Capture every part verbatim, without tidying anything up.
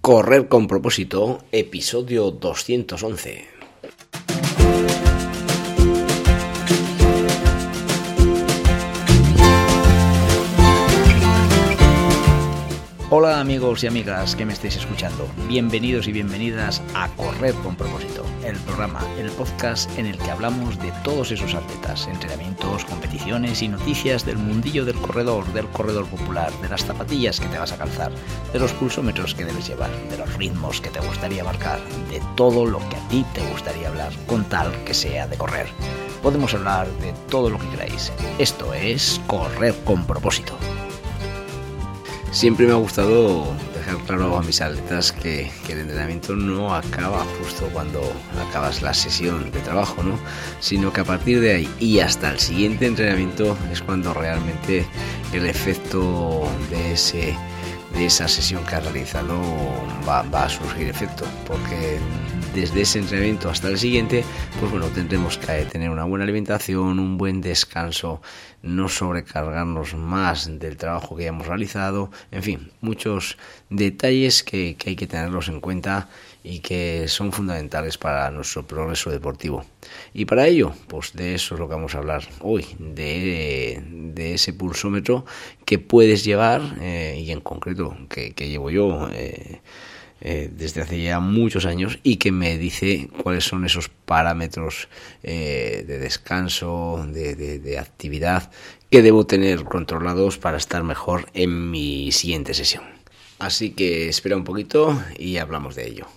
Correr con propósito, episodio doscientos once. Hola amigos y amigas que me estéis escuchando, bienvenidos y bienvenidas a Correr con propósito, el programa, el podcast en el que hablamos de todos esos atletas, entrenamientos, competiciones y noticias del mundillo del corredor, del corredor popular, de las zapatillas que te vas a calzar, de los pulsómetros que debes llevar, de los ritmos que te gustaría marcar, de todo lo que a ti te gustaría hablar, con tal que sea de correr. Podemos hablar de todo lo que queráis. Esto es Correr con propósito. Siempre me ha gustado dejar claro a mis atletas que, que el entrenamiento no acaba justo cuando acabas la sesión de trabajo, ¿no? Sino que a partir de ahí y hasta el siguiente entrenamiento es cuando realmente el efecto de ese de esa sesión que has realizado va, va a surgir efecto, porque desde ese entrenamiento hasta el siguiente, pues bueno, tendremos que tener una buena alimentación, un buen descanso, no sobrecargarnos más del trabajo que ya hemos realizado, en fin, muchos detalles que, que hay que tenerlos en cuenta y que son fundamentales para nuestro progreso deportivo. Y para ello, pues de eso es lo que vamos a hablar hoy, de, de ese pulsómetro que puedes llevar eh, y en concreto que, que llevo yo eh, eh, desde hace ya muchos años y que me dice cuáles son esos parámetros eh, de descanso, de, de, de actividad que debo tener controlados para estar mejor en mi siguiente sesión. Así que espera un poquito y hablamos de ello.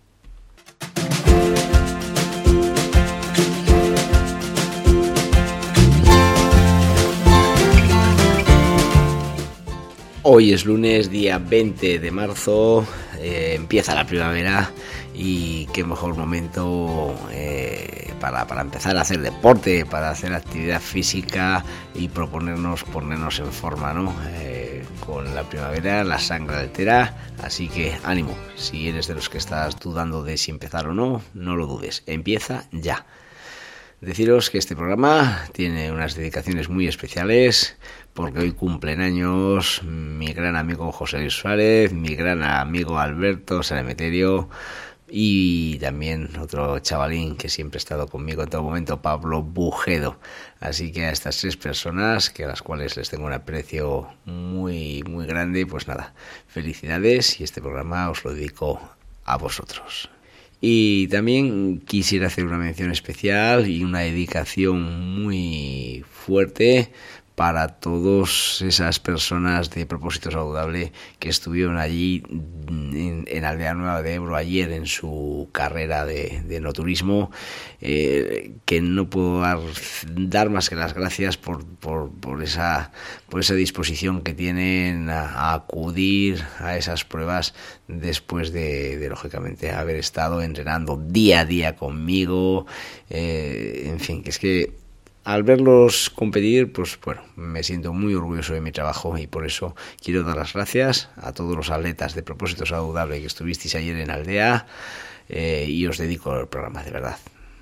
Hoy es lunes, día veinte de marzo, eh, empieza la primavera y qué mejor momento eh, para, para empezar a hacer deporte, para hacer actividad física y proponernos ponernos en forma, ¿no? Eh, con la primavera la sangre altera, así que ánimo, si eres de los que estás dudando de si empezar o no, no lo dudes, empieza ya. Deciros que este programa tiene unas dedicaciones muy especiales porque hoy cumplen años mi gran amigo José Luis Suárez, mi gran amigo Alberto Sanemeterio y también otro chavalín que siempre ha estado conmigo en todo momento, Pablo Bujedo. Así que a estas tres personas, que a las cuales les tengo un aprecio muy, muy grande, pues nada, felicidades y este programa os lo dedico a vosotros. Y también quisiera hacer una mención especial y una dedicación muy fuerte para todas esas personas de Propósito Saludable que estuvieron allí en, en Aldea Nueva de Ebro ayer en su carrera de, de no turismo, eh, que no puedo dar, dar más que las gracias por, por, por, esa, por esa disposición que tienen a, a acudir a esas pruebas después de, de, lógicamente, haber estado entrenando día a día conmigo, eh, en fin, que es que al verlos competir, pues bueno, me siento muy orgulloso de mi trabajo y por eso quiero dar las gracias a todos los atletas de Propósito Saludable que estuvisteis ayer en Aldea eh, y os dedico el programa, de verdad.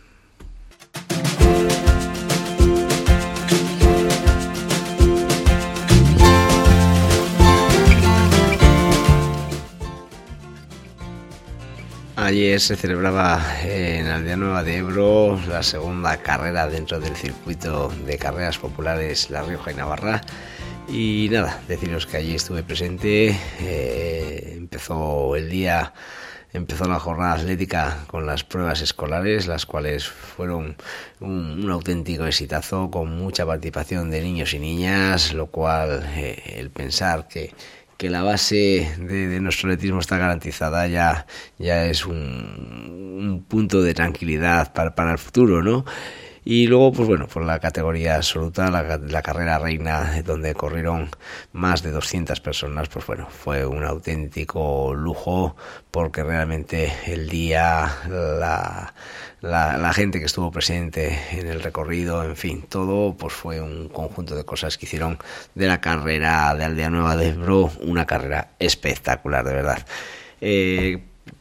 Ayer se celebraba en Aldea Nueva de Ebro la segunda carrera dentro del circuito de carreras populares La Rioja y Navarra. Y nada, deciros que allí estuve presente, eh, empezó el día, empezó la jornada atlética con las pruebas escolares, las cuales fueron un, un auténtico exitazo, con mucha participación de niños y niñas, lo cual eh, el pensar que que la base de, de nuestro atletismo está garantizada ya, ya es un, un punto de tranquilidad para, para el futuro, ¿no? Y luego, pues bueno, por la categoría absoluta, la, la carrera reina, donde corrieron más de doscientas personas, pues bueno, fue un auténtico lujo, porque realmente el día, la, la, la gente que estuvo presente en el recorrido, en fin, todo, pues fue un conjunto de cosas que hicieron de la carrera de Aldea Nueva de Ebro una carrera espectacular, de verdad. Eh,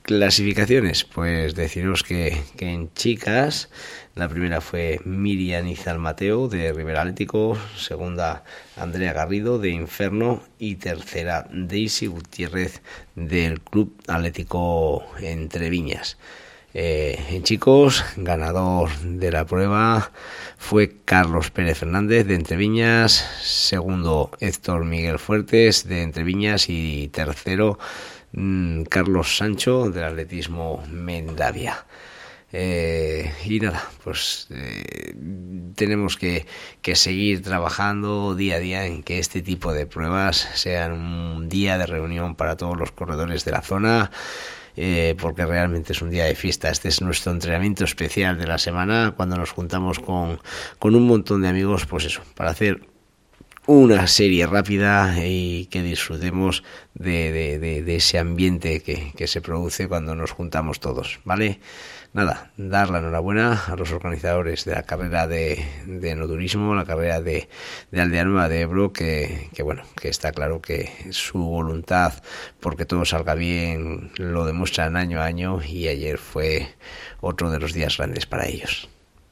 Clasificaciones, pues deciros que, que en chicas la primera fue Miriam Izal Mateo de Rivera Atlético, segunda Andrea Garrido de Inferno y tercera Daisy Gutiérrez del Club Atlético Entreviñas. Eh, en chicos, ganador de la prueba fue Carlos Pérez Fernández de Entreviñas, segundo Héctor Miguel Fuertes de Entreviñas y tercero Carlos Sancho del atletismo Mendavia. Eh, y nada, pues eh, tenemos que, que seguir trabajando día a día en que este tipo de pruebas sean un día de reunión para todos los corredores de la zona, eh, porque realmente es un día de fiesta. Este es nuestro entrenamiento especial de la semana, cuando nos juntamos con, con un montón de amigos, pues eso, para hacer una serie rápida y que disfrutemos de, de, de, de ese ambiente que, que se produce cuando nos juntamos todos, ¿vale? Nada, dar la enhorabuena a los organizadores de la carrera de, de enoturismo, la carrera de, de Aldea Nueva de Ebro, que, que bueno, que está claro que su voluntad porque todo salga bien lo demuestran año a año, y ayer fue otro de los días grandes para ellos.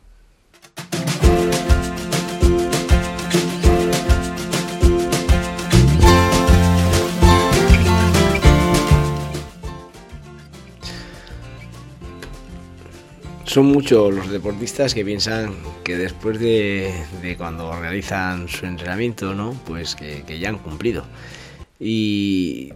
Son muchos los deportistas que piensan que después de, de cuando realizan su entrenamiento, ¿no? Pues que, que ya han cumplido. Y,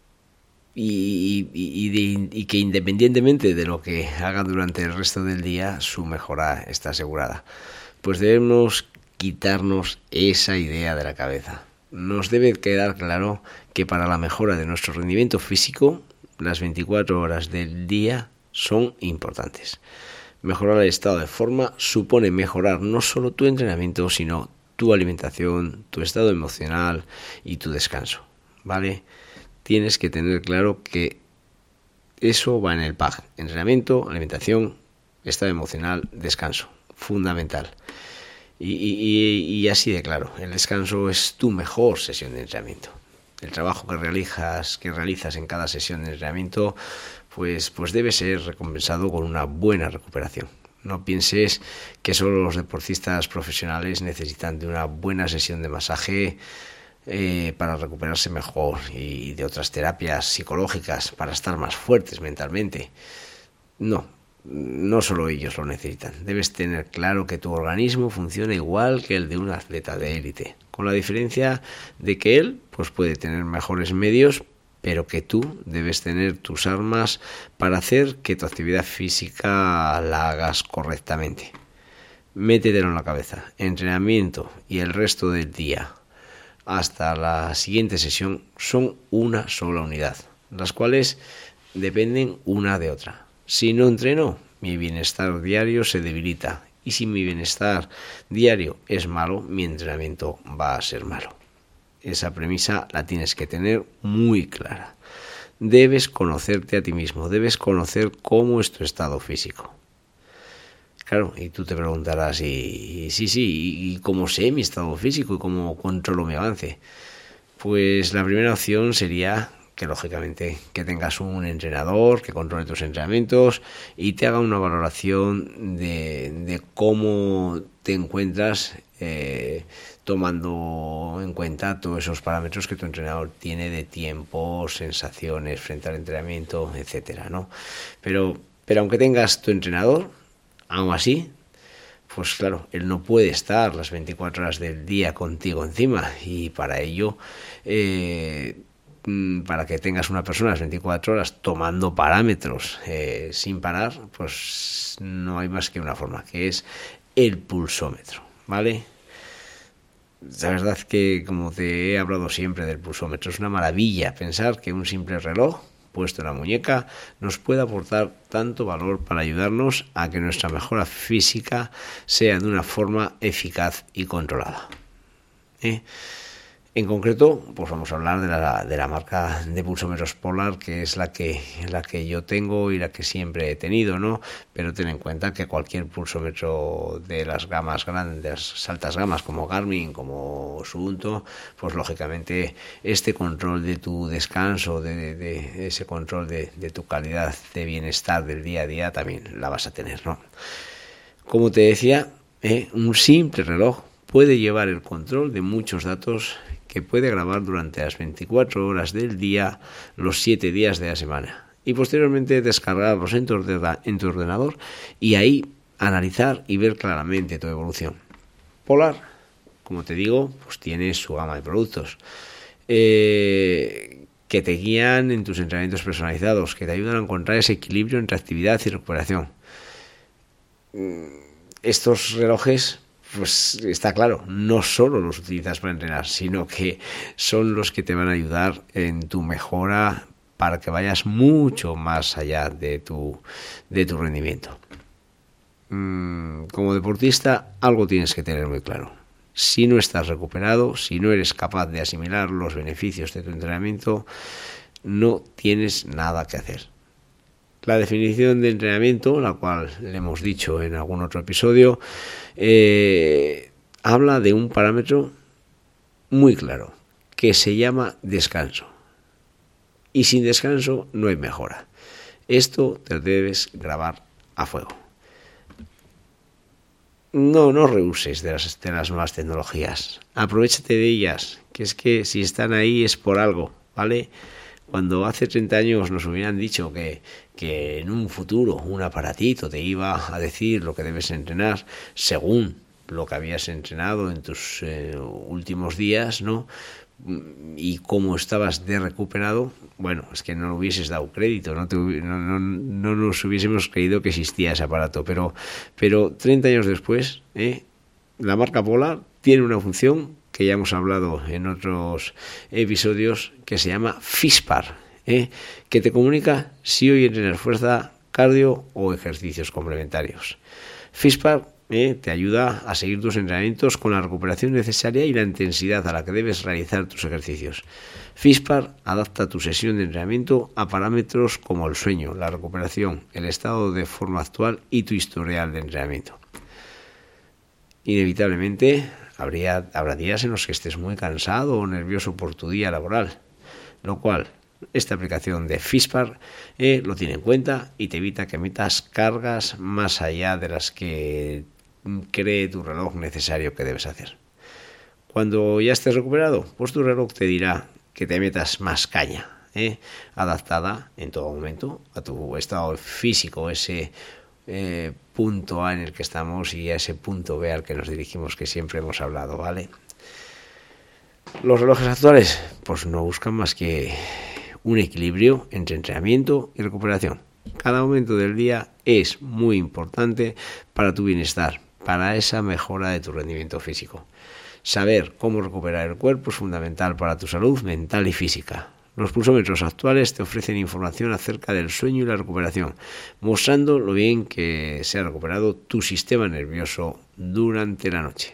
y, y, y, de, y que independientemente de lo que hagan durante el resto del día, su mejora está asegurada. Pues debemos quitarnos esa idea de la cabeza. Nos debe quedar claro que para la mejora de nuestro rendimiento físico, las veinticuatro horas del día son importantes. Mejorar el estado de forma supone mejorar no solo tu entrenamiento, sino tu alimentación, tu estado emocional y tu descanso, ¿vale? Tienes que tener claro que eso va en el pack: entrenamiento, alimentación, estado emocional, descanso, fundamental. Y, y, y así de claro, el descanso es tu mejor sesión de entrenamiento. El trabajo que realizas, que realizas en cada sesión de entrenamiento pues, pues debe ser recompensado con una buena recuperación. No pienses que solo los deportistas profesionales necesitan de una buena sesión de masaje eh, para recuperarse mejor, y de otras terapias psicológicas para estar más fuertes mentalmente. No, no solo ellos lo necesitan. Debes tener claro que tu organismo funciona igual que el de un atleta de élite, con la diferencia de que él pues, puede tener mejores medios, pero que tú debes tener tus armas para hacer que tu actividad física la hagas correctamente. Métetelo en la cabeza: entrenamiento y el resto del día hasta la siguiente sesión son una sola unidad, las cuales dependen una de otra. Si no entreno, mi bienestar diario se debilita, y si mi bienestar diario es malo, mi entrenamiento va a ser malo. Esa premisa la tienes que tener muy clara. Debes conocerte a ti mismo, debes conocer cómo es tu estado físico. Claro, y tú te preguntarás, y, y sí, sí, ¿y cómo sé mi estado físico y cómo controlo mi avance? Pues la primera opción sería que, lógicamente, que tengas un entrenador que controle tus entrenamientos y te haga una valoración de, de cómo te encuentras, eh, tomando en cuenta todos esos parámetros que tu entrenador tiene de tiempo, sensaciones frente al entrenamiento, etcétera, ¿no? Pero, pero aunque tengas tu entrenador, aún así, pues claro, él no puede estar las veinticuatro horas del día contigo encima, y para ello, eh, para que tengas una persona las veinticuatro horas tomando parámetros eh, sin parar, pues no hay más que una forma, que es el pulsómetro, ¿vale? La verdad que, como te he hablado siempre del pulsómetro, es una maravilla pensar que un simple reloj puesto en la muñeca nos puede aportar tanto valor para ayudarnos a que nuestra mejora física sea de una forma eficaz y controlada. ¿Eh? En concreto, pues vamos a hablar de la, de la marca de pulsómetros Polar, que es la que, la que yo tengo y la que siempre he tenido, ¿no? Pero ten en cuenta que cualquier pulsómetro de las gamas grandes, de las altas gamas, como Garmin, como Suunto, pues lógicamente este control de tu descanso, de, de, de ese control de, de tu calidad de bienestar del día a día, también la vas a tener, ¿no? Como te decía, ¿eh? un simple reloj puede llevar el control de muchos datos que puede grabar durante las veinticuatro horas del día, los siete días de la semana, y posteriormente descargarlos en tu, ordena, en tu ordenador y ahí analizar y ver claramente tu evolución. Polar, como te digo, pues tiene su gama de productos eh, que te guían en tus entrenamientos personalizados, que te ayudan a encontrar ese equilibrio entre actividad y recuperación. Estos relojes, pues está claro, no solo los utilizas para entrenar, sino que son los que te van a ayudar en tu mejora para que vayas mucho más allá de tu, de tu rendimiento. Mm, como deportista, algo tienes que tener muy claro. Si no estás recuperado, si no eres capaz de asimilar los beneficios de tu entrenamiento, no tienes nada que hacer. La definición de entrenamiento, la cual le hemos dicho en algún otro episodio, eh, habla de un parámetro muy claro, que se llama descanso. Y sin descanso no hay mejora. Esto te lo debes grabar a fuego. No, no rehuses de las, de las nuevas tecnologías. Aprovéchate de ellas, que es que si están ahí es por algo, ¿vale? Cuando hace treinta años nos hubieran dicho que, que en un futuro un aparatito te iba a decir lo que debes entrenar según lo que habías entrenado en tus eh, últimos días, ¿no? Y cómo estabas de recuperado, bueno, es que no lo hubieses dado crédito, no, te, no, no, no nos hubiésemos creído que existía ese aparato, pero, pero treinta años después, ¿eh? la marca Polar tiene una función que ya hemos hablado en otros episodios, que se llama FISPAR, ¿eh? que te comunica si hoy entrenas fuerza, cardio o ejercicios complementarios. FISPAR ¿eh? te ayuda a seguir tus entrenamientos con la recuperación necesaria y la intensidad a la que debes realizar tus ejercicios. FISPAR adapta tu sesión de entrenamiento a parámetros como el sueño, la recuperación, el estado de forma actual y tu historial de entrenamiento. Inevitablemente habría, habrá días en los que estés muy cansado o nervioso por tu día laboral, lo cual esta aplicación de FISPAR eh, lo tiene en cuenta y te evita que metas cargas más allá de las que cree tu reloj necesario que debes hacer. Cuando ya estés recuperado, pues tu reloj te dirá que te metas más caña, eh, adaptada en todo momento a tu estado físico, ese Eh, punto A en el que estamos y a ese punto B al que nos dirigimos, que siempre hemos hablado, ¿vale? Los relojes actuales pues no buscan más que un equilibrio entre entrenamiento y recuperación. Cada momento del día es muy importante para tu bienestar, para esa mejora de tu rendimiento físico. Saber cómo recuperar el cuerpo es fundamental para tu salud mental y física. Los pulsómetros actuales te ofrecen información acerca del sueño y la recuperación, mostrando lo bien que se ha recuperado tu sistema nervioso durante la noche.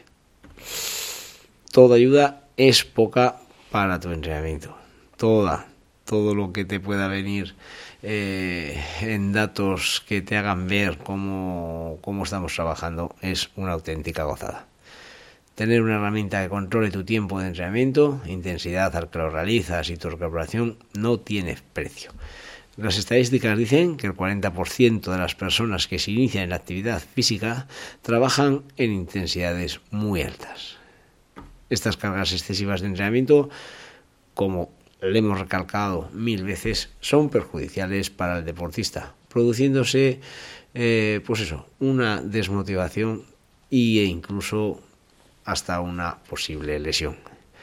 Toda ayuda es poca para tu entrenamiento. Toda, todo lo que te pueda venir eh, en datos que te hagan ver cómo, cómo estamos trabajando es una auténtica gozada. Tener una herramienta que controle tu tiempo de entrenamiento, intensidad al que lo realizas y tu recuperación no tiene precio. Las estadísticas dicen que el cuarenta por ciento de las personas que se inician en la actividad física trabajan en intensidades muy altas. Estas cargas excesivas de entrenamiento, como le hemos recalcado mil veces, son perjudiciales para el deportista, produciéndose eh, pues eso, una desmotivación e incluso hasta una posible lesión.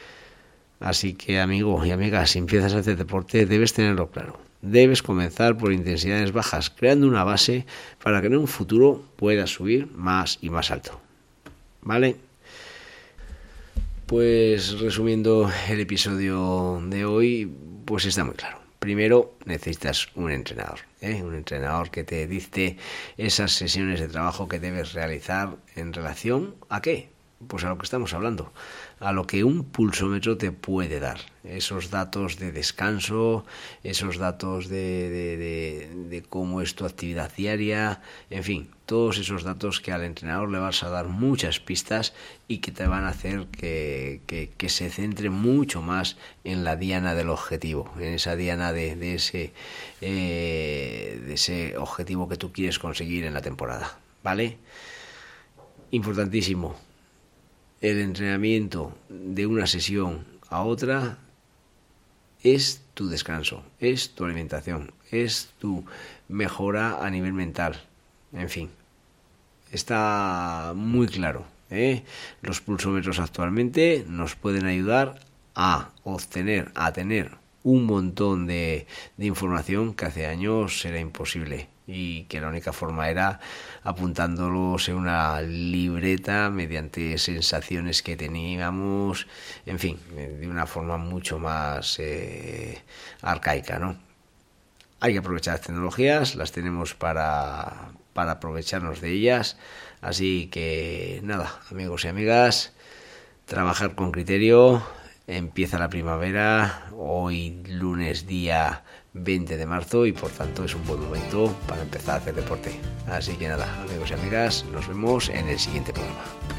Así que, amigo y amiga, si empiezas a hacer deporte, debes tenerlo claro. Debes comenzar por intensidades bajas, creando una base para que en un futuro puedas subir más y más alto. ¿Vale? Pues resumiendo el episodio de hoy, pues está muy claro. Primero necesitas un entrenador, ¿eh? un entrenador que te dicte esas sesiones de trabajo que debes realizar en relación ¿a qué? pues a lo que estamos hablando, a lo que un pulsómetro te puede dar. Esos datos de descanso, esos datos de, de, de, de cómo es tu actividad diaria, en fin, todos esos datos que al entrenador le vas a dar muchas pistas y que te van a hacer que, que, que se centre mucho más en la diana del objetivo, en esa diana de, de, ese, eh, de ese objetivo que tú quieres conseguir en la temporada, ¿vale? Importantísimo. El entrenamiento de una sesión a otra es tu descanso, es tu alimentación, es tu mejora a nivel mental. En fin, está muy claro, ¿eh? Los pulsómetros actualmente nos pueden ayudar a obtener, a tener un montón de, de información que hace años era imposible y que la única forma era apuntándolos en una libreta mediante sensaciones que teníamos, en fin, de una forma mucho más eh, arcaica, ¿no? Hay que aprovechar las tecnologías, las tenemos para, para aprovecharnos de ellas, así que nada, amigos y amigas, trabajar con criterio. Empieza la primavera, hoy lunes día veinte de marzo, y por tanto es un buen momento para empezar a hacer deporte. Así que nada, amigos y amigas, nos vemos en el siguiente programa.